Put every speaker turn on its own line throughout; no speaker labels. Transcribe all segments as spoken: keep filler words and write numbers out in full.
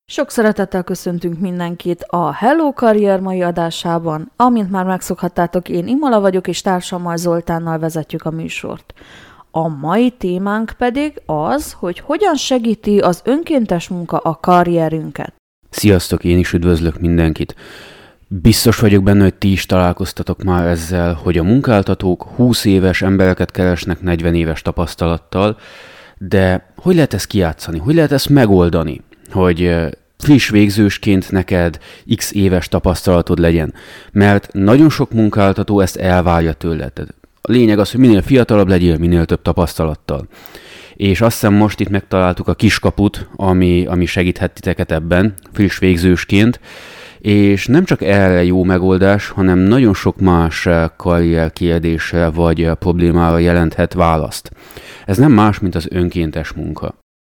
Sok szeretettel köszöntünk mindenkit a Hello Karrier mai adásában. Amint már megszokhattátok, én Imola vagyok, és társammal Zoltánnal vezetjük a műsort. A mai témánk pedig az, hogy hogyan segíti az önkéntes munka a karrierünket.
Sziasztok, én is üdvözlök mindenkit. Biztos vagyok benne, hogy ti is találkoztatok már ezzel, hogy a munkáltatók húsz éves embereket keresnek negyven éves tapasztalattal, de hogy lehet ezt kijátszani? Hogy lehet ezt megoldani? Hogy friss végzősként neked x éves tapasztalatod legyen. Mert nagyon sok munkáltató ezt elvárja tőled. A lényeg az, hogy minél fiatalabb legyél, minél több tapasztalattal. És azt hiszem most itt megtaláltuk a kiskaput, ami, ami segíthet titeket ebben, friss végzősként. És nem csak erre jó megoldás, hanem nagyon sok más karrier kérdésre vagy problémára jelenthet választ. Ez nem más, mint az önkéntes munka.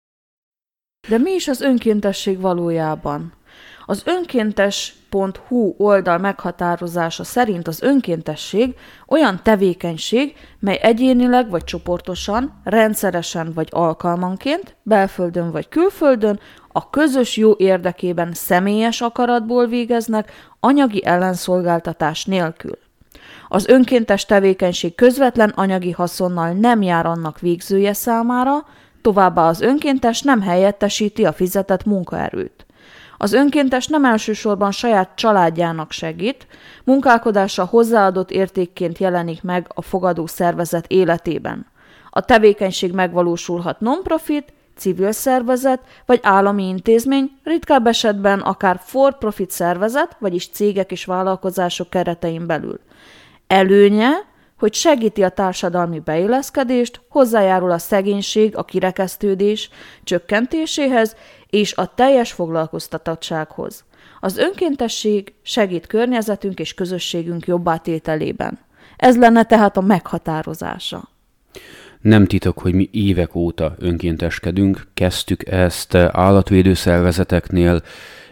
De mi is az önkéntesség valójában? Az önkéntes pont hu oldal meghatározása szerint az önkéntesség olyan tevékenység, mely egyénileg vagy csoportosan, rendszeresen vagy alkalmanként, belföldön vagy külföldön, a közös jó érdekében személyes akaratból végeznek, anyagi ellenszolgáltatás nélkül. Az önkéntes tevékenység közvetlen anyagi haszonnal nem jár annak végzője számára, továbbá az önkéntes nem helyettesíti a fizetett munkaerőt. Az önkéntes nem elsősorban saját családjának segít, munkálkodása hozzáadott értékként jelenik meg a fogadó szervezet életében. A tevékenység megvalósulhat non-profit, civil szervezet vagy állami intézmény, ritkább esetben akár for-profit szervezet, vagyis cégek és vállalkozások keretein belül. Előnye, hogy segíti a társadalmi beilleszkedést, hozzájárul a szegénység, a kirekesztődés csökkentéséhez és a teljes foglalkoztatottsághoz. Az önkéntesség segít környezetünk és közösségünk jobbátételében. Ez lenne tehát a meghatározása.
Nem titok, hogy mi évek óta önkénteskedünk, kezdtük ezt állatvédőszervezeteknél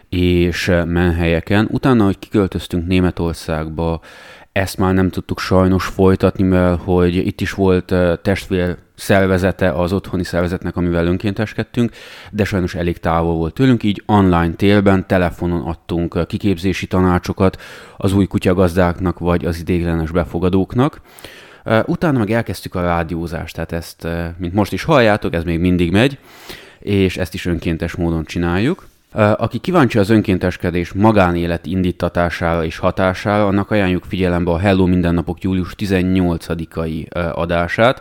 és menhelyeken. Utána, hogy kiköltöztünk Németországba, ezt már nem tudtuk sajnos folytatni, mert hogy itt is volt testvér szervezete az otthoni szervezetnek, amivel önkénteskedtünk, de sajnos elég távol volt tőlünk, így online térben, telefonon adtunk kiképzési tanácsokat az új kutyagazdáknak, vagy az ideiglenes befogadóknak. Utána meg elkezdtük a rádiózást, tehát ezt, mint most is halljátok, ez még mindig megy, és ezt is önkéntes módon csináljuk. Aki kíváncsi az önkénteskedés magánélet indítatására és hatására, annak ajánljuk figyelembe a Hello Mindennapok július tizennyolcadikai adását,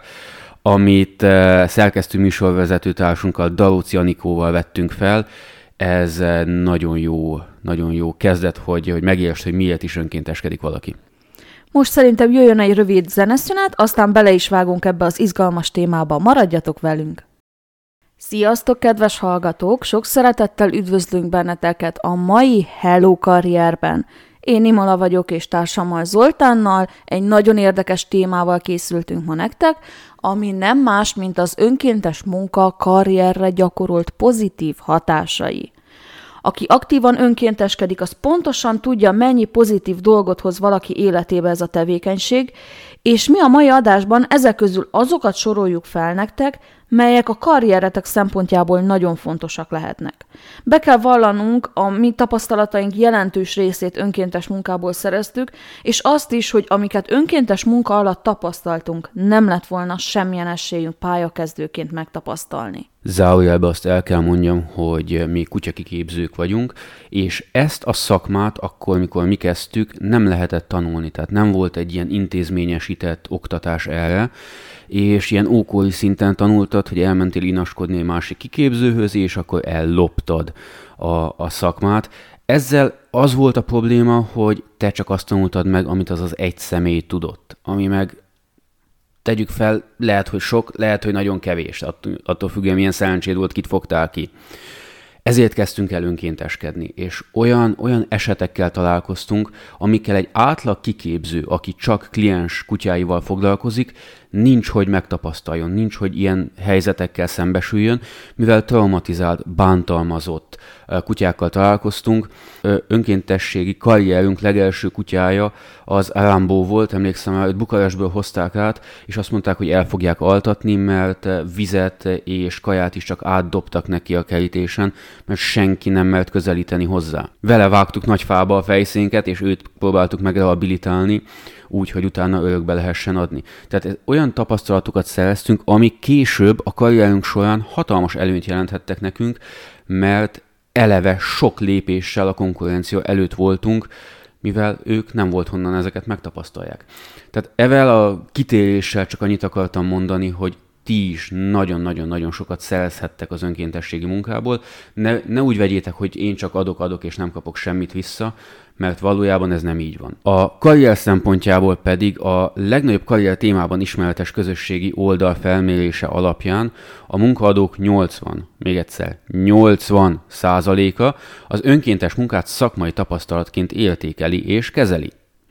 amit szerkesztő műsorvezető társunkkal, Daróci Anikóval vettünk fel. Ez nagyon jó, nagyon jó kezdet, hogy, hogy megértsd, hogy miért is önkénteskedik valaki.
Most szerintem jöjjön egy rövid zeneszünet, aztán bele is vágunk ebbe az izgalmas témába. Maradjatok velünk! Sziasztok, kedves hallgatók! Sok szeretettel üdvözlünk benneteket a mai Hello Karrierben. Én Imola vagyok, és társammal Zoltánnal egy nagyon érdekes témával készültünk ma nektek, ami nem más, mint az önkéntes munka karrierre gyakorolt pozitív hatásai. Aki aktívan önkénteskedik, az pontosan tudja, mennyi pozitív dolgot hoz valaki életébe ez a tevékenység, és mi a mai adásban ezek közül azokat soroljuk fel nektek, melyek a karrieretek szempontjából nagyon fontosak lehetnek. Be kell vallanunk, a mi tapasztalataink jelentős részét önkéntes munkából szereztük, és azt is, hogy amiket önkéntes munka alatt tapasztaltunk, nem lett volna semmilyen esélyünk pályakezdőként megtapasztalni.
Zárójelben azt el kell mondjam, hogy mi kutyakiképzők vagyunk, és ezt a szakmát akkor, mikor mi kezdtük, nem lehetett tanulni, tehát nem volt egy ilyen intézményesített oktatás erre, és ilyen ókori szinten tanultad, hogy elmentél inaskodni egy másik kiképzőhöz, és akkor elloptad a, a szakmát. Ezzel az volt a probléma, hogy te csak azt tanultad meg, amit az az egy személy tudott, ami meg tegyük fel, lehet, hogy sok, lehet, hogy nagyon kevés, attól függően milyen szerencséd volt, kit fogtál ki. Ezért kezdtünk el önkénteskedni, és olyan, olyan esetekkel találkoztunk, amikkel egy átlag kiképző, aki csak kliens kutyáival foglalkozik, nincs, hogy megtapasztaljon, nincs, hogy ilyen helyzetekkel szembesüljön, mivel traumatizált, bántalmazott kutyákkal találkoztunk. Önkéntességi karrierünk legelső kutyája az Rambo volt, emlékszem, őt Bukarestből hozták át, és azt mondták, hogy el fogják altatni, mert vizet és kaját is csak átdobtak neki a kerítésen, mert senki nem mert közelíteni hozzá. Vele vágtuk nagy fába a fejszénket, és őt próbáltuk meg rehabilitálni, úgy, hogy utána örökbe lehessen adni. Tehát olyan tapasztalatokat szereztünk, amik később a karrierünk során hatalmas előnyt jelenthettek nekünk, mert eleve sok lépéssel a konkurencia előtt voltunk, mivel ők nem volt honnan ezeket megtapasztalják. Tehát evel a kitéréssel csak annyit akartam mondani, hogy ti is nagyon-nagyon-nagyon sokat szerezhettek az önkéntességi munkából. Ne, ne úgy vegyétek, hogy én csak adok, adok és nem kapok semmit vissza, mert valójában ez nem így van. A karrier szempontjából pedig a legnagyobb karrier témában ismeretes közösségi oldal felmérése alapján a munkaadók nyolcvan, még egyszer, nyolcvan százaléka az önkéntes munkát szakmai tapasztalatként értékeli és kezeli.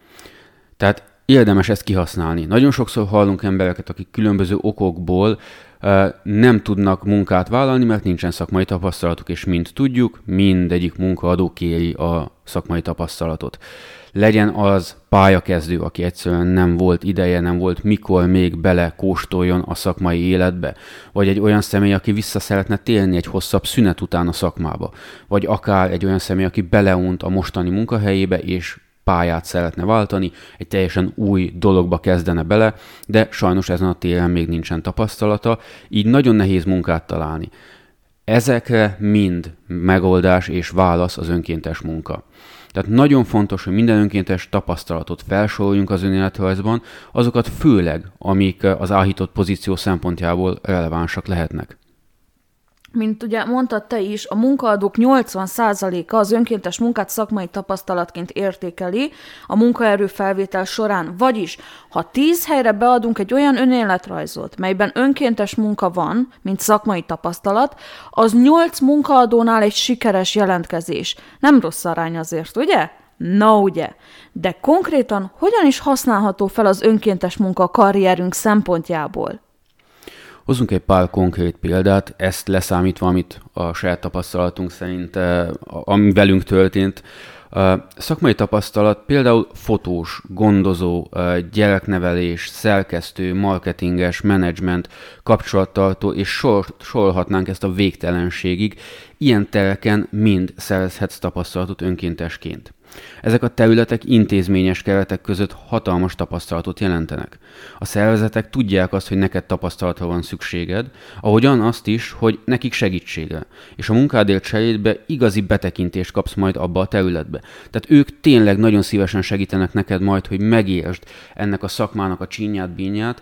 Tehát érdemes ezt kihasználni. Nagyon sokszor hallunk embereket, akik különböző okokból uh, nem tudnak munkát vállalni, mert nincsen szakmai tapasztalatuk, és mint tudjuk, mindegyik munkaadó kéri a szakmai tapasztalatot. Legyen az pályakezdő, aki egyszerűen nem volt ideje, nem volt mikor még bele kóstoljon a szakmai életbe, vagy egy olyan személy, aki vissza szeretne térni egy hosszabb szünet után a szakmába, vagy akár egy olyan személy, aki beleunt a mostani munkahelyébe, és pályát szeretne váltani, egy teljesen új dologba kezdene bele, de sajnos ezen a téren még nincsen tapasztalata, így nagyon nehéz munkát találni. Ezekre mind megoldás és válasz az önkéntes munka. Tehát nagyon fontos, hogy minden önkéntes tapasztalatot felsoroljunk az önéletrajzban, azokat főleg, amik az áhított pozíció szempontjából relevánsak lehetnek.
Mint ugye mondtad te is, a munkaadók nyolcvan százaléka az önkéntes munkát szakmai tapasztalatként értékeli a munkaerőfelvétel során. Vagyis, ha tíz helyre beadunk egy olyan önéletrajzot, melyben önkéntes munka van, mint szakmai tapasztalat, az nyolc munkaadónál egy sikeres jelentkezés. Nem rossz arány azért, ugye? Na ugye. De konkrétan hogyan is használható fel az önkéntes munka a karrierünk szempontjából?
Hozzunk egy pár konkrét példát, ezt leszámítva, amit a saját tapasztalatunk szerint, ami velünk történt. Szakmai tapasztalat például fotós, gondozó, gyereknevelés, szerkesztő, marketinges, menedzsment, kapcsolattartó, és sor, sorolhatnánk ezt a végtelenségig. Ilyen tereken mind szerezhetsz tapasztalatot önkéntesként. Ezek a területek intézményes keretek között hatalmas tapasztalatot jelentenek. A szervezetek tudják azt, hogy neked tapasztalatra van szükséged, ahogyan azt is, hogy nekik segítségre. És a munkádért cserébe igazi betekintést kapsz majd abba a területbe. Tehát ők tényleg nagyon szívesen segítenek neked majd, hogy megértsd ennek a szakmának a csínyát, bínyát,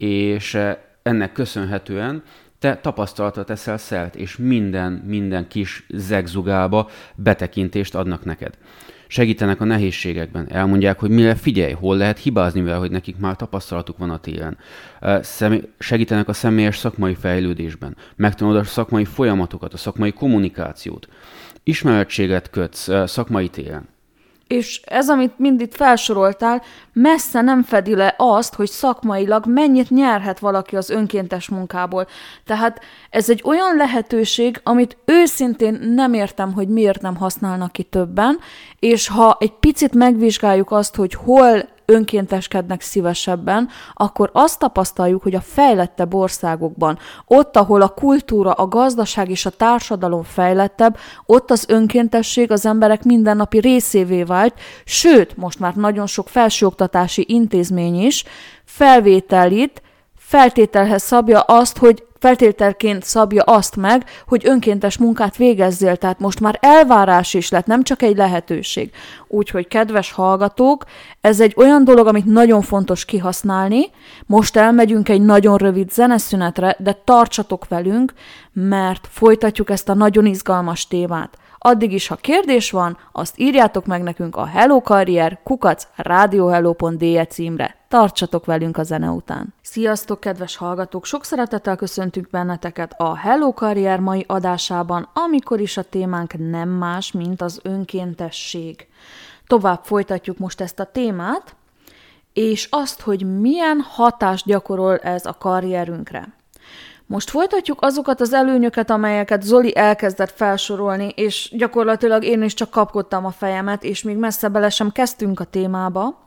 és ennek köszönhetően te tapasztalatra teszel szert, és minden, minden kis zegzugába betekintést adnak neked. Segítenek a nehézségekben, elmondják, hogy mire figyelj, hol lehet hibázni, mivel hogy nekik már tapasztalatuk van a téren. Segítenek a személyes szakmai fejlődésben, megtanulod a szakmai folyamatokat, a szakmai kommunikációt. Ismerettséget kötsz szakmai téren.
És ez, amit mind itt felsoroltál, messze nem fedi le azt, hogy szakmailag mennyit nyerhet valaki az önkéntes munkából. Tehát ez egy olyan lehetőség, amit őszintén nem értem, hogy miért nem használnak ki többen, és ha egy picit megvizsgáljuk azt, hogy hol önkénteskednek szívesebben, akkor azt tapasztaljuk, hogy a fejlettebb országokban, ott, ahol a kultúra, a gazdaság és a társadalom fejlettebb, ott az önkéntesség az emberek mindennapi részévé vált, sőt, most már nagyon sok felsőoktatási intézmény is felvételit, feltételhez szabja azt, hogy feltételként szabja azt meg, hogy önkéntes munkát végezzél, tehát most már elvárás is lett, nem csak egy lehetőség. Úgyhogy kedves hallgatók, ez egy olyan dolog, amit nagyon fontos kihasználni. Most elmegyünk egy nagyon rövid zeneszünetre, de tartsatok velünk, mert folytatjuk ezt a nagyon izgalmas témát. Addig is, ha kérdés van, azt írjátok meg nekünk a Hello Karrier kukac radiohello pont d e címre. Tartsatok velünk a zene után. Sziasztok, kedves hallgatók! Sok szeretettel köszöntünk benneteket a Hello Karrier mai adásában, amikor is a témánk nem más, mint az önkéntesség. Tovább folytatjuk most ezt a témát, és azt, hogy milyen hatást gyakorol ez a karrierünkre. Most folytatjuk azokat az előnyöket, amelyeket Zoli elkezdett felsorolni, és gyakorlatilag én is csak kapkodtam a fejemet, és még messze bele sem kezdtünk a témába.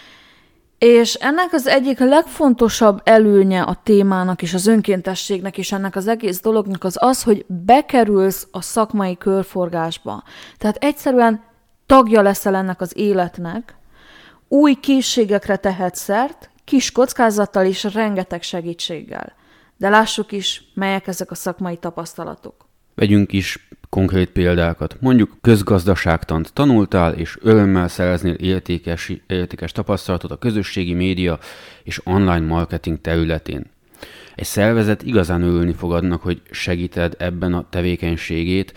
És ennek az egyik legfontosabb előnye a témának és az önkéntességnek és ennek az egész dolognak az az, hogy bekerülsz a szakmai körforgásba. Tehát egyszerűen tagja leszel ennek az életnek, új készségekre tehetsz szert, kis kockázattal és rengeteg segítséggel. De lássuk is, melyek ezek a szakmai tapasztalatok.
Vegyünk is konkrét példákat. Mondjuk közgazdaságtant tanultál, és örömmel szereznél értékes, értékes tapasztalatot a közösségi média és online marketing területén. Egy szervezet igazán örülni fog annak, hogy segíted ebben a tevékenységét.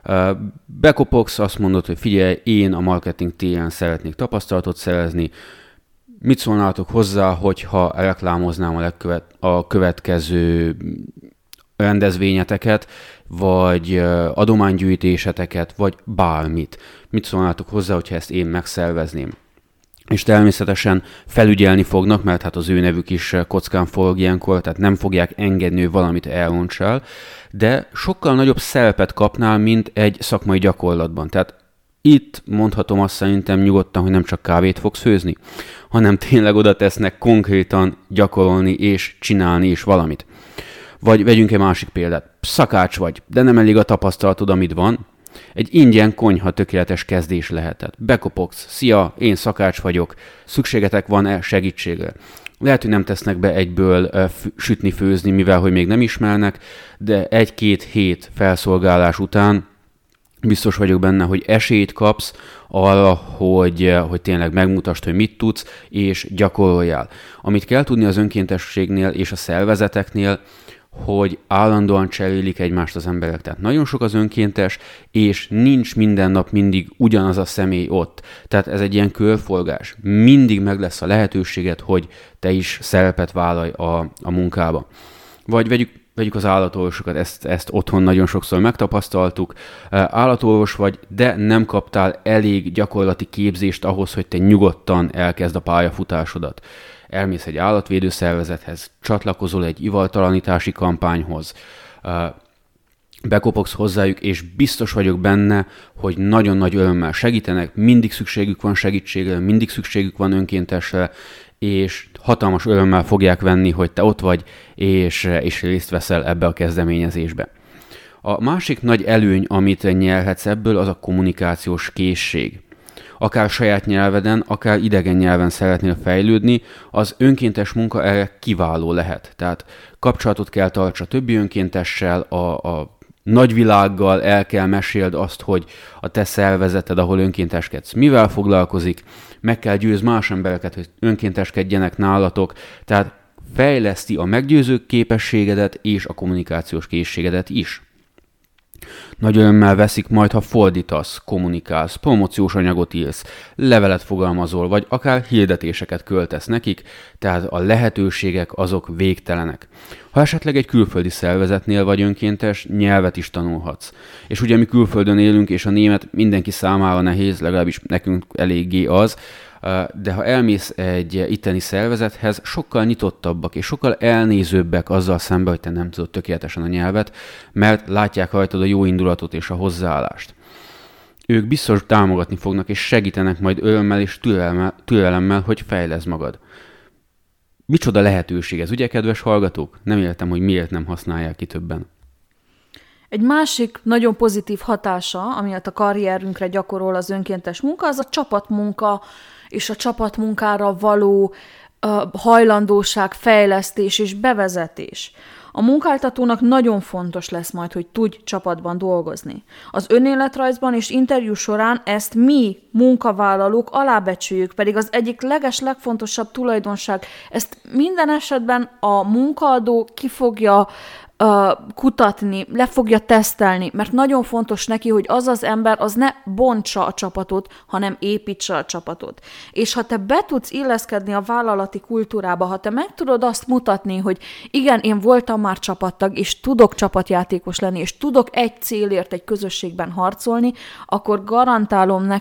Bekopogsz, azt mondod, hogy figyelj, én a marketing téren szeretnék tapasztalatot szerezni, mit szólnátok hozzá, hogyha reklámoznám a, legkövet, a következő rendezvényeteket, vagy adománygyűjtéseteket, vagy bármit. Mit szólnátok hozzá, hogyha ezt én megszervezném? És természetesen felügyelni fognak, mert hát az ő nevük is kockán forog ilyenkor, tehát nem fogják engedni, hogy valamit elrontsál, de sokkal nagyobb szerepet kapnál, mint egy szakmai gyakorlatban. Tehát itt mondhatom azt szerintem nyugodtan, hogy nem csak kávét fogsz főzni, hanem tényleg oda tesznek konkrétan gyakorolni és csinálni is valamit. Vagy vegyünk egy másik példát. Szakács vagy, de nem elég a tapasztalatod, amit van. Egy ingyen konyha tökéletes kezdés lehetett. Bekopogsz, szia, én szakács vagyok, szükségetek van-e segítségre? Lehet, hogy nem tesznek be egyből f- sütni, főzni, mivel hogy még nem ismernek, de egy-két hét felszolgálás után biztos vagyok benne, hogy esélyt kapsz arra, hogy, hogy tényleg megmutasd, hogy mit tudsz, és gyakoroljál. Amit kell tudni az önkéntességnél és a szervezeteknél, hogy állandóan cserélik egymást az emberek. Tehát nagyon sok az önkéntes, és nincs minden nap mindig ugyanaz a személy ott. Tehát ez egy ilyen körforgás. Mindig meg lesz a lehetőséged, hogy te is szerepet vállalj a, a munkába. Vagy vegyük Vegyük az állatorvosokat, ezt, ezt otthon nagyon sokszor megtapasztaltuk. Állatorvos vagy, de nem kaptál elég gyakorlati képzést ahhoz, hogy te nyugodtan elkezd a pályafutásodat. Elmész egy állatvédőszervezethez, csatlakozol egy ivartalanítási kampányhoz, bekopogsz hozzájuk, és biztos vagyok benne, hogy nagyon nagy örömmel segítenek, mindig szükségük van segítségre, mindig szükségük van önkéntesre, és hatalmas örömmel fogják venni, hogy te ott vagy, és, és részt veszel ebbe a kezdeményezésbe. A másik nagy előny, amit nyerhetsz ebből, az a kommunikációs készség. Akár saját nyelveden, akár idegen nyelven szeretnél fejlődni, az önkéntes munka erre kiváló lehet. Tehát kapcsolatot kell tarts a többi önkéntessel, a, a nagyvilággal, el kell meséld azt, hogy a te szervezeted, ahol önkénteskedsz, mivel foglalkozik, meg kell győzz más embereket, hogy önkénteskedjenek nálatok, tehát fejleszti a meggyőző képességedet és a kommunikációs készségedet is. Nagy örömmel veszik majd, ha fordítasz, kommunikálsz, promóciós anyagot írsz, levelet fogalmazol, vagy akár hirdetéseket költesz nekik, tehát a lehetőségek azok végtelenek. Ha esetleg egy külföldi szervezetnél vagy önkéntes, nyelvet is tanulhatsz. És ugye mi külföldön élünk, és a német mindenki számára nehéz, legalábbis nekünk eléggé az, de ha elmész egy itteni szervezethez, sokkal nyitottabbak és sokkal elnézőbbek azzal szemben, hogy te nem tudod tökéletesen a nyelvet, mert látják rajtad a jó indulatot és a hozzáállást. Ők biztos támogatni fognak és segítenek majd örömmel és türelemmel, türelemmel, hogy fejleszd magad. Micsoda lehetőség ez, ugye, kedves hallgatók? Nem értem, hogy miért nem használják ki többen.
Egy másik nagyon pozitív hatása, amiatt a karrierünkre gyakorol az önkéntes munka, az a csapatmunka és a csapatmunkára való uh, hajlandóság, fejlesztés és bevezetés. A munkáltatónak nagyon fontos lesz majd, hogy tudj csapatban dolgozni. Az önéletrajzban és interjú során ezt mi, munkavállalók alábecsüljük, pedig az egyik leges, legfontosabb tulajdonság. Ezt minden esetben a munkaadó ki fogja Uh, kutatni, le fogja tesztelni, mert nagyon fontos neki, hogy az az ember az ne bontsa a csapatot, hanem építse a csapatot. És ha te be tudsz illeszkedni a vállalati kultúrába, ha te meg tudod azt mutatni, hogy igen, én voltam már csapattag, és tudok csapatjátékos lenni, és tudok egy célért egy közösségben harcolni, akkor garantálom neked, hogy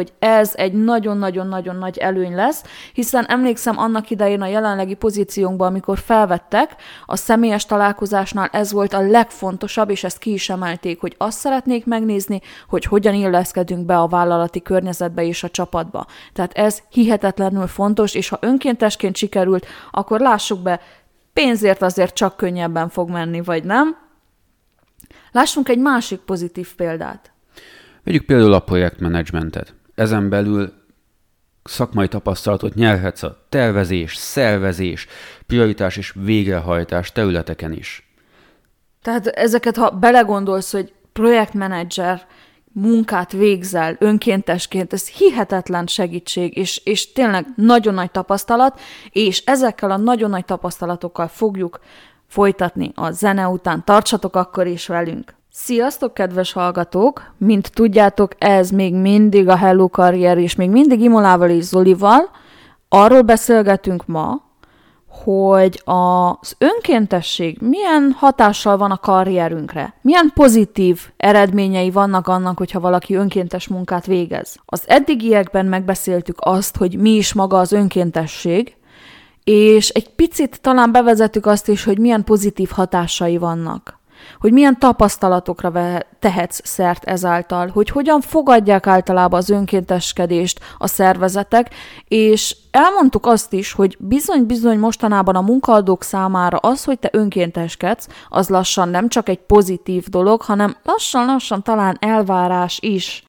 hogy ez egy nagyon-nagyon-nagyon nagy előny lesz, hiszen emlékszem annak idején a jelenlegi pozíciónkban, amikor felvettek, a személyes találkozásnál ez volt a legfontosabb, és ezt ki is emelték, hogy azt szeretnék megnézni, hogy hogyan illeszkedünk be a vállalati környezetbe és a csapatba. Tehát ez hihetetlenül fontos, és ha önkéntesként sikerült, akkor lássuk be, pénzért azért csak könnyebben fog menni, vagy nem? Lássunk egy másik pozitív példát.
Vegyük például a projektmenedzsmentet. Ezen belül szakmai tapasztalatot nyerhetsz a tervezés, szervezés, prioritás és végrehajtás területeken is.
Tehát ezeket, ha belegondolsz, hogy projektmenedzser munkát végzel önkéntesként, ez hihetetlen segítség, és, és tényleg nagyon nagy tapasztalat, és ezekkel a nagyon nagy tapasztalatokkal fogjuk folytatni a zene után. Tartsatok akkor is velünk! Sziasztok, kedves hallgatók! Mint tudjátok, ez még mindig a Hello Karrier, és még mindig Imolával és Zolival. Arról beszélgetünk ma, hogy az önkéntesség milyen hatással van a karrierünkre, milyen pozitív eredményei vannak annak, hogyha valaki önkéntes munkát végez. Az eddigiekben megbeszéltük azt, hogy mi is maga az önkéntesség, és egy picit talán bevezettük azt is, hogy milyen pozitív hatásai vannak. Hogy milyen tapasztalatokra tehetsz szert ezáltal, hogy hogyan fogadják általában az önkénteskedést a szervezetek, és elmondtuk azt is, hogy bizony-bizony mostanában a munkaadók számára az, hogy te önkénteskedsz, az lassan nem csak egy pozitív dolog, hanem lassan-lassan talán elvárás is.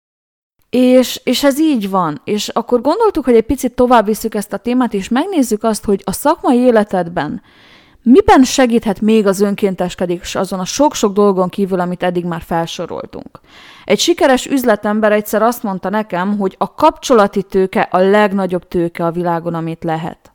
És, és ez így van. És akkor gondoltuk, hogy egy picit tovább visszük ezt a témát, és megnézzük azt, hogy a szakmai életedben miben segíthet még az önkénteskedés azon a sok-sok dolgon kívül, amit eddig már felsoroltunk? Egy sikeres üzletember egyszer azt mondta nekem, hogy a kapcsolati tőke a legnagyobb tőke a világon, amit lehet.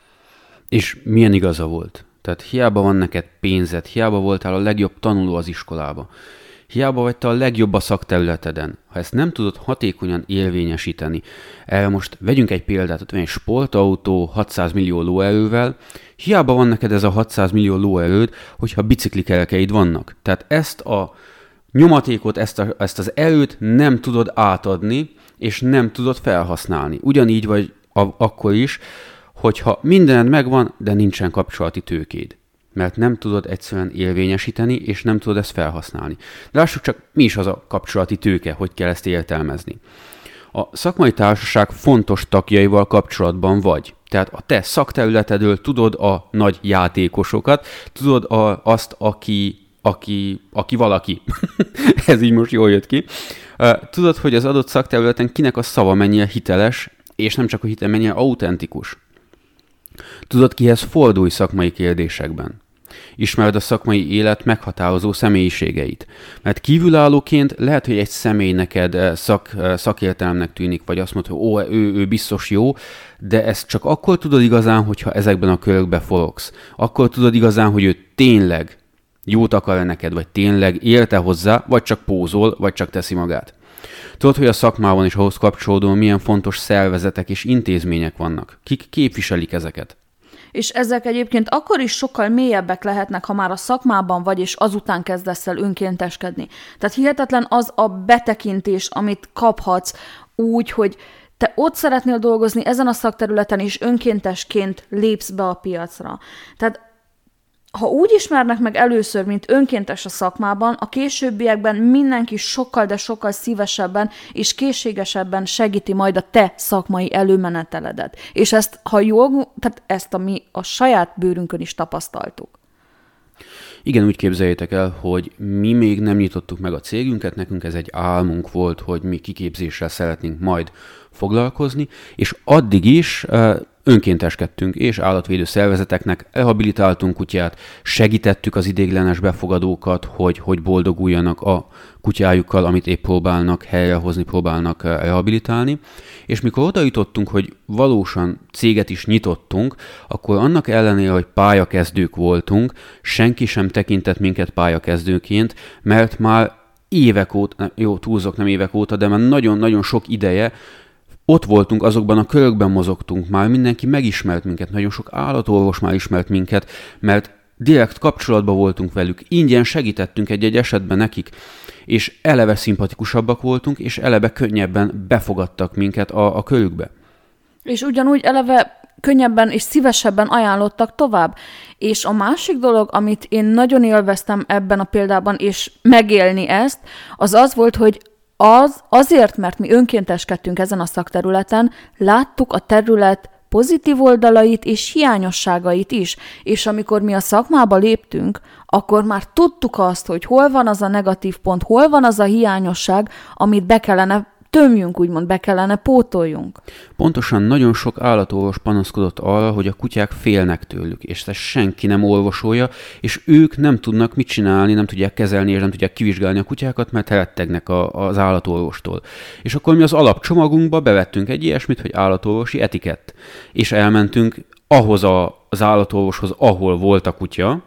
És milyen igaza volt? Tehát hiába van neked pénzed, hiába voltál a legjobb tanuló az iskolába, hiába vagy te a legjobb a szakterületeden, ha ezt nem tudod hatékonyan érvényesíteni. Erre most vegyünk egy példát, ott van egy sportautó hatszáz millió lóerővel, hiába van neked ez a hatszáz millió lóerőd, hogyha biciklikerkeid vannak. Tehát ezt a nyomatékot, ezt, a, ezt az erőt nem tudod átadni, és nem tudod felhasználni. Ugyanígy vagy a, akkor is, hogyha mindened megvan, de nincsen kapcsolati tőkéd. Mert nem tudod egyszerűen érvényesíteni, és nem tudod ezt felhasználni. De lássuk csak, mi is az a kapcsolati tőke, hogy kell ezt értelmezni. A szakmai társaság fontos tagjaival kapcsolatban vagy. Tehát a te szakterületedről tudod a nagy játékosokat, tudod a, azt, aki, aki, aki valaki. Ez így most jól jött ki. Tudod, hogy az adott szakterületen kinek a szava mennyire hiteles, és nem csak a hitel mennyire autentikus. Tudod, kihez fordulj szakmai kérdésekben. Ismered a szakmai élet meghatározó személyiségeit. Mert kívülállóként lehet, hogy egy személy neked szak, szakértelemnek tűnik, vagy azt mondod, hogy ó, ő, ő biztos jó, de ezt csak akkor tudod igazán, hogyha ezekben a körökbe forogsz. Akkor tudod igazán, hogy ő tényleg jót akar-e neked, vagy tényleg érte hozzá, vagy csak pózol, vagy csak teszi magát. Tudod, hogy a szakmában és ahhoz kapcsolódóan milyen fontos szervezetek és intézmények vannak. Kik képviselik ezeket?
És ezek egyébként akkor is sokkal mélyebbek lehetnek, ha már a szakmában vagy, és azután kezdesz el önkénteskedni. Tehát hihetetlen az a betekintés, amit kaphatsz úgy, hogy te ott szeretnél dolgozni ezen a szakterületen, és önkéntesként lépsz be a piacra. Tehát ha úgy ismernek meg először, mint önkéntes a szakmában, a későbbiekben mindenki sokkal, de sokkal szívesebben és készségesebben segíti majd a te szakmai előmeneteledet. És ezt, ha jól, tehát ezt a mi a saját bőrünkön is tapasztaltuk.
Igen, úgy képzeljétek el, hogy mi még nem nyitottuk meg a cégünket, nekünk ez egy álmunk volt, hogy mi kiképzéssel szeretnénk majd foglalkozni, és addig is önkénteskedtünk, és állatvédő szervezeteknek rehabilitáltunk kutyát, segítettük az ideiglenes befogadókat, hogy, hogy boldoguljanak a kutyájukkal, amit épp próbálnak helyrehozni, próbálnak rehabilitálni. És mikor oda jutottunk, hogy valósan céget is nyitottunk, akkor annak ellenére, hogy pályakezdők voltunk, senki sem tekintett minket pályakezdőként, mert már évek óta, jó, túlzok, nem évek óta, de már nagyon-nagyon sok ideje ott voltunk, azokban a körökben mozogtunk már, mindenki megismert minket, nagyon sok állatorvos már ismert minket, mert direkt kapcsolatban voltunk velük, ingyen segítettünk egy-egy esetben nekik, és eleve szimpatikusabbak voltunk, és eleve könnyebben befogadtak minket a, a körükbe.
És ugyanúgy eleve könnyebben és szívesebben ajánlottak tovább. És a másik dolog, amit én nagyon élveztem ebben a példában, és megélni ezt, az az volt, hogy az, azért, mert mi önkénteskedtünk ezen a szakterületen, láttuk a terület pozitív oldalait és hiányosságait is, és amikor mi a szakmába léptünk, akkor már tudtuk azt, hogy hol van az a negatív pont, hol van az a hiányosság, amit be kellene tömjünk, úgymond be kellene pótoljunk.
Pontosan nagyon sok állatorvos panaszkodott arra, hogy a kutyák félnek tőlük, és ezt senki nem orvosolja, és ők nem tudnak mit csinálni, nem tudják kezelni, és nem tudják kivizsgálni a kutyákat, mert rettegnek a, az állatorvostól. És akkor mi az alapcsomagunkba bevettünk egy ilyesmit, hogy állatorvosi etikett, és elmentünk ahhoz a, az állatorvoshoz, ahol volt a kutya,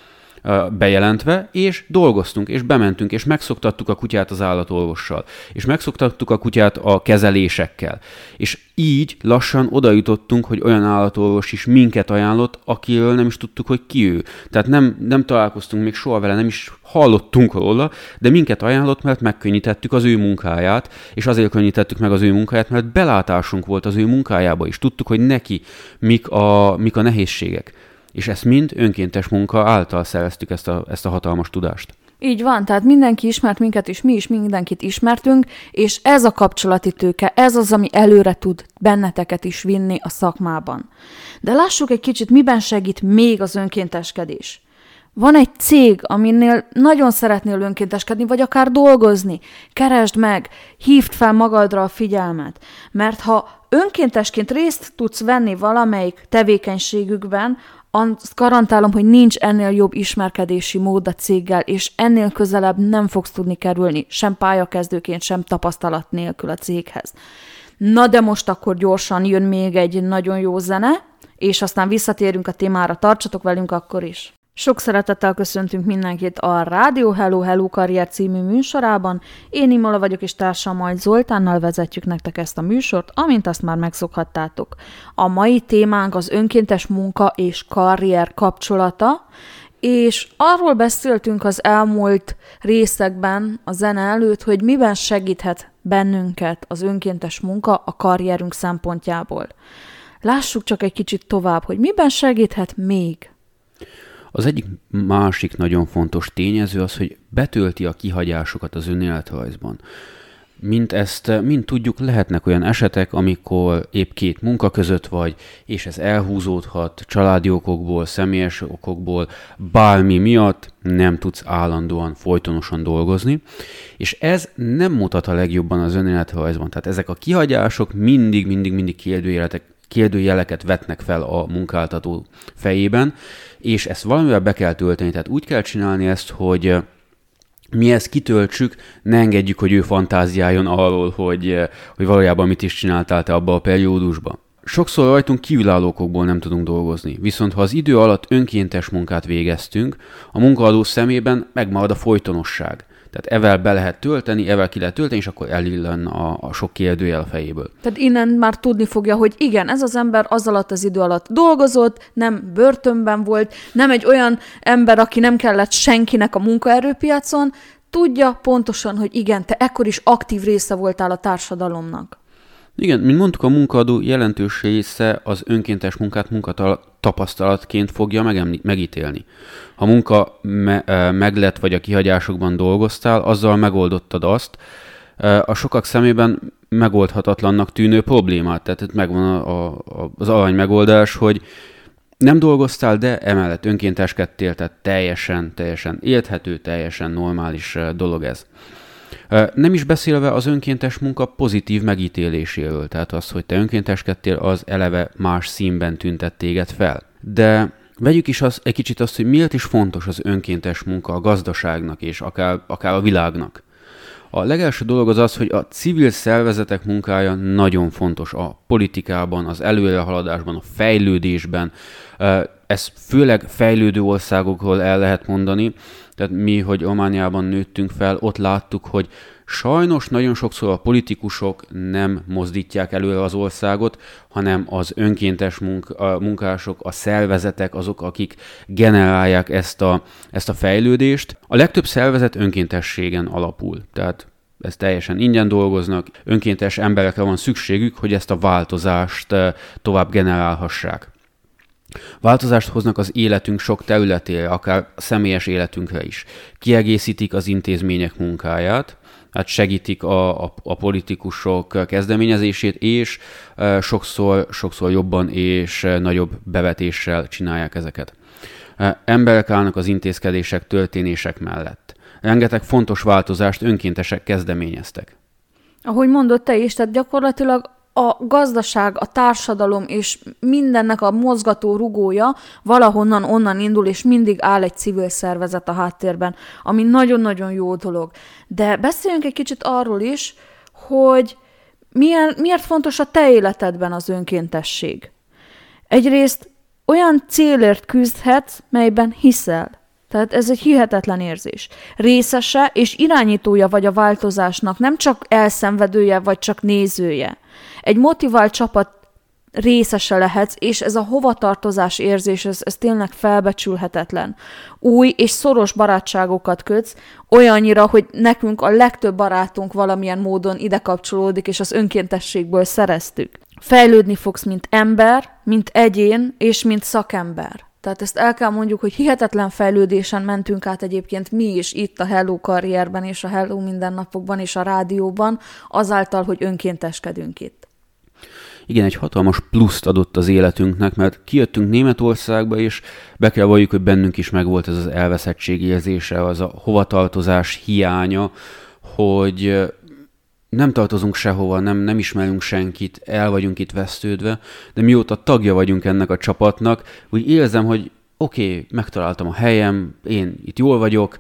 bejelentve, és dolgoztunk, és bementünk, és megszoktattuk a kutyát az állatorvossal, és megszoktattuk a kutyát a kezelésekkel. És így lassan oda jutottunk, hogy olyan állatorvos is minket ajánlott, akiről nem is tudtuk, hogy ki ő. Tehát nem, nem találkoztunk még soha vele, nem is hallottunk róla, de minket ajánlott, mert megkönnyítettük az ő munkáját, és azért könnyítettük meg az ő munkáját, mert belátásunk volt az ő munkájába is. Tudtuk, hogy neki mik a, mik a nehézségek. És ezt mind önkéntes munka által szereztük ezt a, ezt a hatalmas tudást.
Így van, tehát mindenki ismert minket, és mi is mindenkit ismertünk, és ez a kapcsolati tőke, ez az, ami előre tud benneteket is vinni a szakmában. De lássuk egy kicsit, miben segít még az önkénteskedés. Van egy cég, aminél nagyon szeretnél önkénteskedni, vagy akár dolgozni. Keresd meg, hívd fel magadra a figyelmet. Mert ha önkéntesként részt tudsz venni valamelyik tevékenységükben, azt garantálom, hogy nincs ennél jobb ismerkedési mód a céggel, és ennél közelebb nem fogsz tudni kerülni, sem pályakezdőként, sem tapasztalat nélkül a céghez. Na de most akkor gyorsan jön még egy nagyon jó zene, és aztán visszatérünk a témára, tartsatok velünk akkor is. Sok szeretettel köszöntünk mindenkit a Rádió Hello Hello Karrier című műsorában. Én Imola vagyok, és társam majd Zoltánnal vezetjük nektek ezt a műsort, amint azt már megszokhattátok. A mai témánk az önkéntes munka és karrier kapcsolata, és arról beszéltünk az elmúlt részekben a zene előtt, hogy miben segíthet bennünket az önkéntes munka a karrierünk szempontjából. Lássuk csak egy kicsit tovább, hogy miben segíthet még.
Az egyik másik nagyon fontos tényező az, hogy betölti a kihagyásokat az önéletrajzban. Mint ezt, mint tudjuk, lehetnek olyan esetek, amikor épp két munka között vagy, és ez elhúzódhat családi okokból, személyes okokból, bármi miatt nem tudsz állandóan, folytonosan dolgozni, és ez nem mutat a legjobban az önéletrajzban. Tehát ezek a kihagyások mindig, mindig, mindig kérdőjelek, kérdőjeleket vetnek fel a munkáltató fejében, és ezt valamivel be kell tölteni, tehát úgy kell csinálni ezt, hogy mi ezt kitöltsük, ne engedjük, hogy ő fantáziáljon arról, hogy, hogy valójában mit is csináltál te abban a periódusban. Sokszor rajtunk kívülálló okokból nem tudunk dolgozni, viszont ha az idő alatt önkéntes munkát végeztünk, a munkaadó szemében megmarad a folytonosság. Tehát evel be lehet tölteni, evel ki lehet tölteni, és akkor elillan a, a sok kérdőjel a fejéből.
Tehát innen már tudni fogja, hogy igen, ez az ember az alatt az idő alatt dolgozott, nem börtönben volt, nem egy olyan ember, aki nem kellett senkinek a munkaerőpiacon, tudja pontosan, hogy igen, te ekkor is aktív része voltál a társadalomnak.
Igen, mint mondtuk, a munkaadó jelentős része az önkéntes munkát munkatapasztalatként fogja megeml- megítélni. Ha munka me- meg lett, vagy a kihagyásokban dolgoztál, azzal megoldottad azt, a sokak szemében megoldhatatlannak tűnő problémát. Tehát itt megvan a, a, az arany megoldás, hogy nem dolgoztál, de emellett önkénteskedtél, tehát teljesen, teljesen élthető, teljesen normális dolog ez. Nem is beszélve az önkéntes munka pozitív megítéléséről, tehát az, hogy te önkénteskedtél, az eleve más színben tüntet téged fel. De vegyük is az, egy kicsit azt, hogy miért is fontos az önkéntes munka a gazdaságnak és akár, akár a világnak. A legelső dolog az az, hogy a civil szervezetek munkája nagyon fontos a politikában, az előrehaladásban, a fejlődésben. Ez főleg fejlődő országokról el lehet mondani. Tehát mi, hogy Romániában nőttünk fel, ott láttuk, hogy Sajnos nagyon sokszor a politikusok nem mozdítják előre az országot, hanem az önkéntes munk- a munkások, a szervezetek azok, akik generálják ezt a, ezt a fejlődést. A legtöbb szervezet önkéntességen alapul, tehát ezt teljesen ingyen dolgoznak, önkéntes emberekre van szükségük, hogy ezt a változást tovább generálhassák. Változást hoznak az életünk sok területére, akár a személyes életünkre is. Kiegészítik az intézmények munkáját, hát segítik a, a, a politikusok kezdeményezését, és e, sokszor, sokszor jobban és nagyobb bevetéssel csinálják ezeket. E, emberek állnak az intézkedések, történések mellett. Rengeteg fontos változást önkéntesek kezdeményeztek.
Ahogy mondod te is, tehát gyakorlatilag a gazdaság, a társadalom és mindennek a mozgató rugója valahonnan onnan indul, és mindig áll egy civil szervezet a háttérben, ami nagyon-nagyon jó dolog. De beszéljünk egy kicsit arról is, hogy milyen, miért fontos a te életedben az önkéntesség. Egyrészt olyan célért küzdhetsz, melyben hiszel. Tehát ez egy hihetetlen érzés. Részese és irányítója vagy a változásnak, nem csak elszenvedője vagy csak nézője. Egy motivált csapat részese lehetsz, és ez a hovatartozás érzés, ez, ez tényleg felbecsülhetetlen. Új és szoros barátságokat kötsz, olyannyira, hogy nekünk a legtöbb barátunk valamilyen módon ide kapcsolódik, és az önkéntességből szereztük. Fejlődni fogsz, mint ember, mint egyén, és mint szakember. Tehát ezt el kell mondjuk, hogy hihetetlen fejlődésen mentünk át egyébként mi is itt a Hello karrierben és a Hello mindennapokban és a rádióban, azáltal, hogy önkénteskedünk itt.
Igen, egy hatalmas pluszt adott az életünknek, mert kijöttünk Németországba, és be kell valljuk, hogy bennünk is megvolt ez az elveszettség érzése, az a hovatartozás hiánya, hogy nem tartozunk sehova, nem, nem ismerünk senkit, el vagyunk itt vesztődve, de mióta tagja vagyunk ennek a csapatnak, úgy érzem, hogy oké, okay, megtaláltam a helyem, én itt jól vagyok,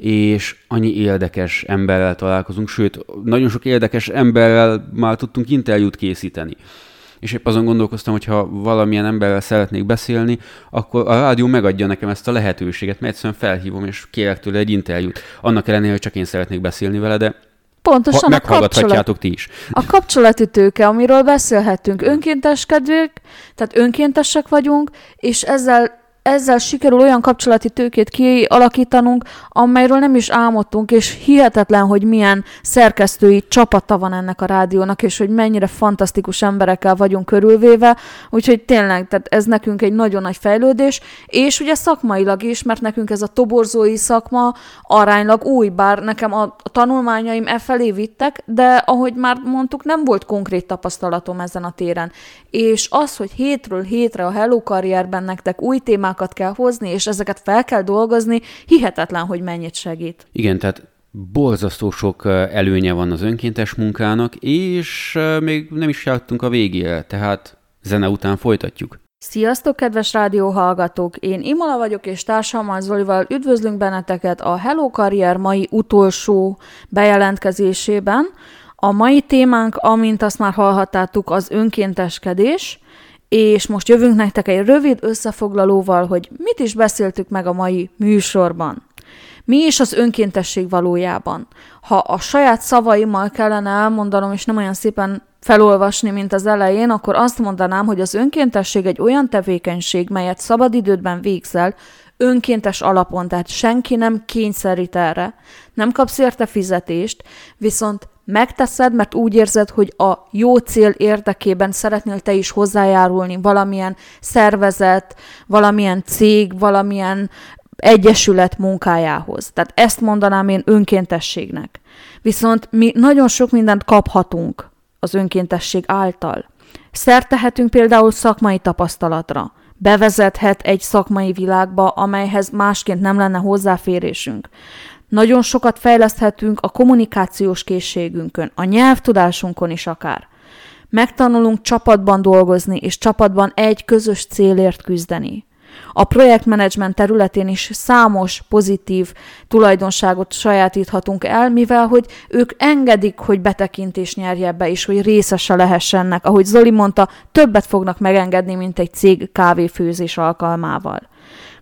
és annyi érdekes emberrel találkozunk, sőt, nagyon sok érdekes emberrel már tudtunk interjút készíteni. És épp azon gondolkoztam, hogy ha valamilyen emberrel szeretnék beszélni, akkor a rádió megadja nekem ezt a lehetőséget, mert egyszerűen felhívom, és kérek tőle egy interjút. Annak ellenére, hogy csak én szeretnék beszélni vele, de
pontosan
ha, meghallgathatjátok ti is.
A kapcsolati tőke, amiről beszélhetünk, önkénteskedők, tehát önkéntesek vagyunk, és ezzel ezzel sikerül olyan kapcsolati tőkét kialakítanunk, amelyről nem is álmodtunk, és hihetetlen, hogy milyen szerkesztői csapata van ennek a rádiónak, és hogy mennyire fantasztikus emberekkel vagyunk körülvéve, úgyhogy tényleg, tehát ez nekünk egy nagyon nagy fejlődés, és ugye szakmailag is, mert nekünk ez a toborzói szakma aránylag új, bár nekem a, a tanulmányaim e felé vittek, de ahogy már mondtuk, nem volt konkrét tapasztalatom ezen a téren. És az, hogy hétről hétre a Hello karrierben nektek új témák kell hozni, és ezeket fel kell dolgozni, hihetetlen, hogy mennyit segít.
Igen, tehát borzasztó sok előnye van az önkéntes munkának, és még nem is jártunk a végére, tehát zene után folytatjuk.
Sziasztok, kedves rádióhallgatók! Én Imola vagyok, és társammal Zolival üdvözlünk benneteket a Hello Karrier mai utolsó bejelentkezésében. A mai témánk, amint azt már hallhattátok, az önkénteskedés, és most jövünk nektek egy rövid összefoglalóval, hogy mit is beszéltük meg a mai műsorban. Mi is az önkéntesség valójában? Ha a saját szavaimmal kellene elmondanom, és nem olyan szépen felolvasni, mint az elején, akkor azt mondanám, hogy az önkéntesség egy olyan tevékenység, melyet szabadidődben végzel, önkéntes alapon, tehát senki nem kényszerít erre, nem kapsz érte fizetést, viszont megteszed, mert úgy érzed, hogy a jó cél érdekében szeretnél te is hozzájárulni valamilyen szervezet, valamilyen cég, valamilyen egyesület munkájához. Tehát ezt mondanám én önkéntességnek. Viszont mi nagyon sok mindent kaphatunk az önkéntesség által. Szert tehetünk például szakmai tapasztalatra. Bevezethet egy szakmai világba, amelyhez másként nem lenne hozzáférésünk. Nagyon sokat fejleszthetünk a kommunikációs készségünkön, a nyelvtudásunkon is akár. Megtanulunk csapatban dolgozni, és csapatban egy közös célért küzdeni. A projektmenedzsment területén is számos pozitív tulajdonságot sajátíthatunk el, mivel hogy ők engedik, hogy betekintést nyerje be, és hogy részese lehessenek. Ahogy Zoli mondta, többet fognak megengedni, mint egy cég kávéfőzés alkalmával.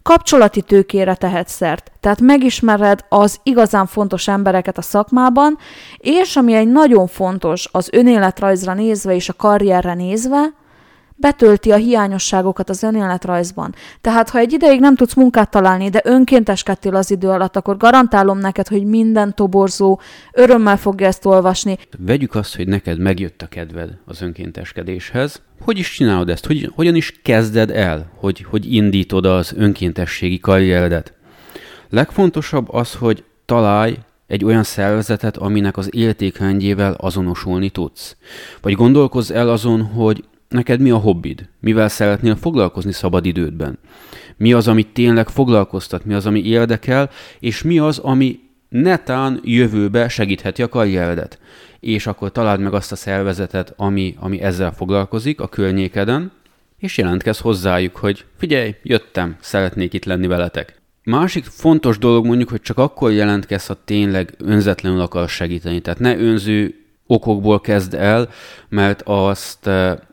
Kapcsolati tőkére tehet szert, tehát megismered az igazán fontos embereket a szakmában, és ami egy nagyon fontos az önéletrajzra nézve és a karrierre nézve, betölti a hiányosságokat az önéletrajzban. Tehát, ha egy ideig nem tudsz munkát találni, de önkénteskedtél az idő alatt, akkor garantálom neked, hogy minden toborzó örömmel fogja ezt olvasni.
Vegyük azt, hogy neked megjött a kedved az önkénteskedéshez. Hogy is csinálod ezt? Hogy, hogyan is kezded el, hogy, hogy indítod az önkéntességi karrieredet? Legfontosabb az, hogy találj egy olyan szervezetet, aminek az értékrendjével azonosulni tudsz. Vagy gondolkozz el azon, hogy neked mi a hobbid? Mivel szeretnél foglalkozni szabadidődben? Mi az, ami tényleg foglalkoztat? Mi az, ami érdekel? És mi az, ami netán jövőbe segítheti a karrieredet? És akkor találd meg azt a szervezetet, ami, ami ezzel foglalkozik a környékeden, és jelentkezz hozzájuk, hogy figyelj, jöttem, szeretnék itt lenni veletek. Másik fontos dolog mondjuk, hogy csak akkor jelentkezz, ha tényleg önzetlenül akar segíteni. Tehát ne önző okokból kezd el, mert azt...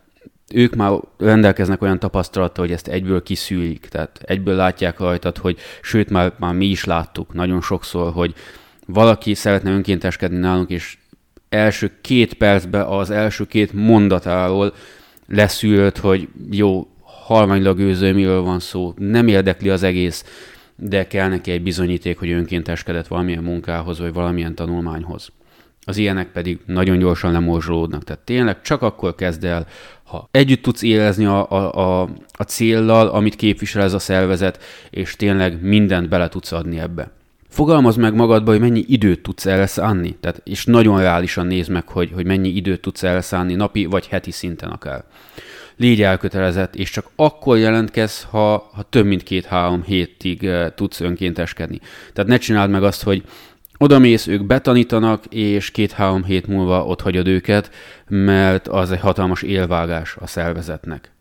ők már rendelkeznek olyan tapasztalattal, hogy ezt egyből kiszűrik, tehát egyből látják rajtad, hogy sőt, már, már mi is láttuk nagyon sokszor, hogy valaki szeretne önkénteskedni nálunk, és első két percben az első két mondatáról leszűrött, hogy jó, halványlag őző, miről van szó, nem érdekli az egész, de kell neki egy bizonyíték, hogy önkénteskedett valamilyen munkához, vagy valamilyen tanulmányhoz. Az ilyenek pedig nagyon gyorsan lemorzsolódnak. Tehát tényleg csak akkor kezd el, ha együtt tudsz érezni a, a, a, a céllal, amit képvisel ez a szervezet, és tényleg mindent bele tudsz adni ebbe. Fogalmazd meg magadba, hogy mennyi időt tudsz erre szánni, tehát, és nagyon reálisan nézd meg, hogy, hogy mennyi időt tudsz erre szánni napi vagy heti szinten akár. Légy elkötelezett, és csak akkor jelentkezz, ha, ha több mint két-három hétig uh, tudsz önkénteskedni. Tehát ne csináld meg azt, hogy odamész, ők betanítanak, és két-három hét múlva ott hagyod őket, mert az egy hatalmas élvágás a szervezetnek.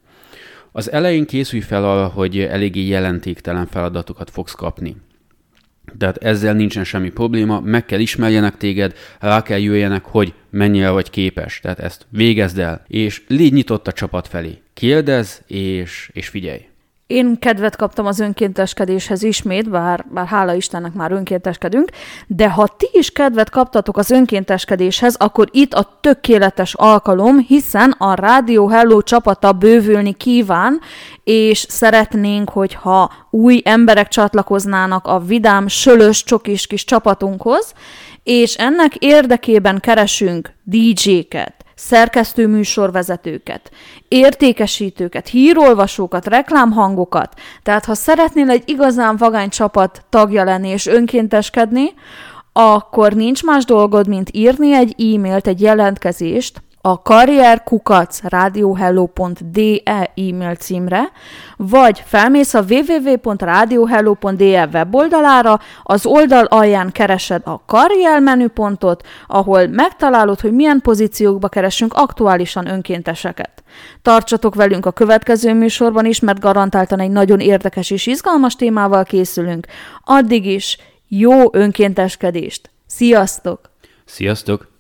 Az elején készülj fel arra, hogy eléggé jelentéktelen feladatokat fogsz kapni. Tehát ezzel nincsen semmi probléma, meg kell ismerjenek téged, rá kell jöjjenek, hogy mennyire vagy képes. Tehát ezt végezd el, és légy nyitott a csapat felé. Kérdezz, és, és figyelj.
Én kedvet kaptam az önkénteskedéshez ismét, bár, bár hála Istennek már önkénteskedünk, de ha ti is kedvet kaptatok az önkénteskedéshez, akkor itt a tökéletes alkalom, hiszen a Rádió Hello csapata bővülni kíván, és szeretnénk, hogyha új emberek csatlakoznának a vidám, sölös, csokis kis csapatunkhoz, és ennek érdekében keresünk dé dzséket, szerkesztő műsorvezetőket, értékesítőket, hírolvasókat, reklámhangokat. Tehát ha szeretnél egy igazán vagány csapat tagja lenni és önkénteskedni, akkor nincs más dolgod, mint írni egy e-mailt, egy jelentkezést a karrierkukac radiohello pont de e-mail címre, vagy felmész a double-u double-u double-u pont radiohello pont de weboldalára, az oldal alján keresed a karrier menüpontot, ahol megtalálod, hogy milyen pozíciókba keresünk aktuálisan önkénteseket. Tartsatok velünk a következő műsorban is, mert garantáltan egy nagyon érdekes és izgalmas témával készülünk. Addig is jó önkénteskedést! Sziasztok!
Sziasztok!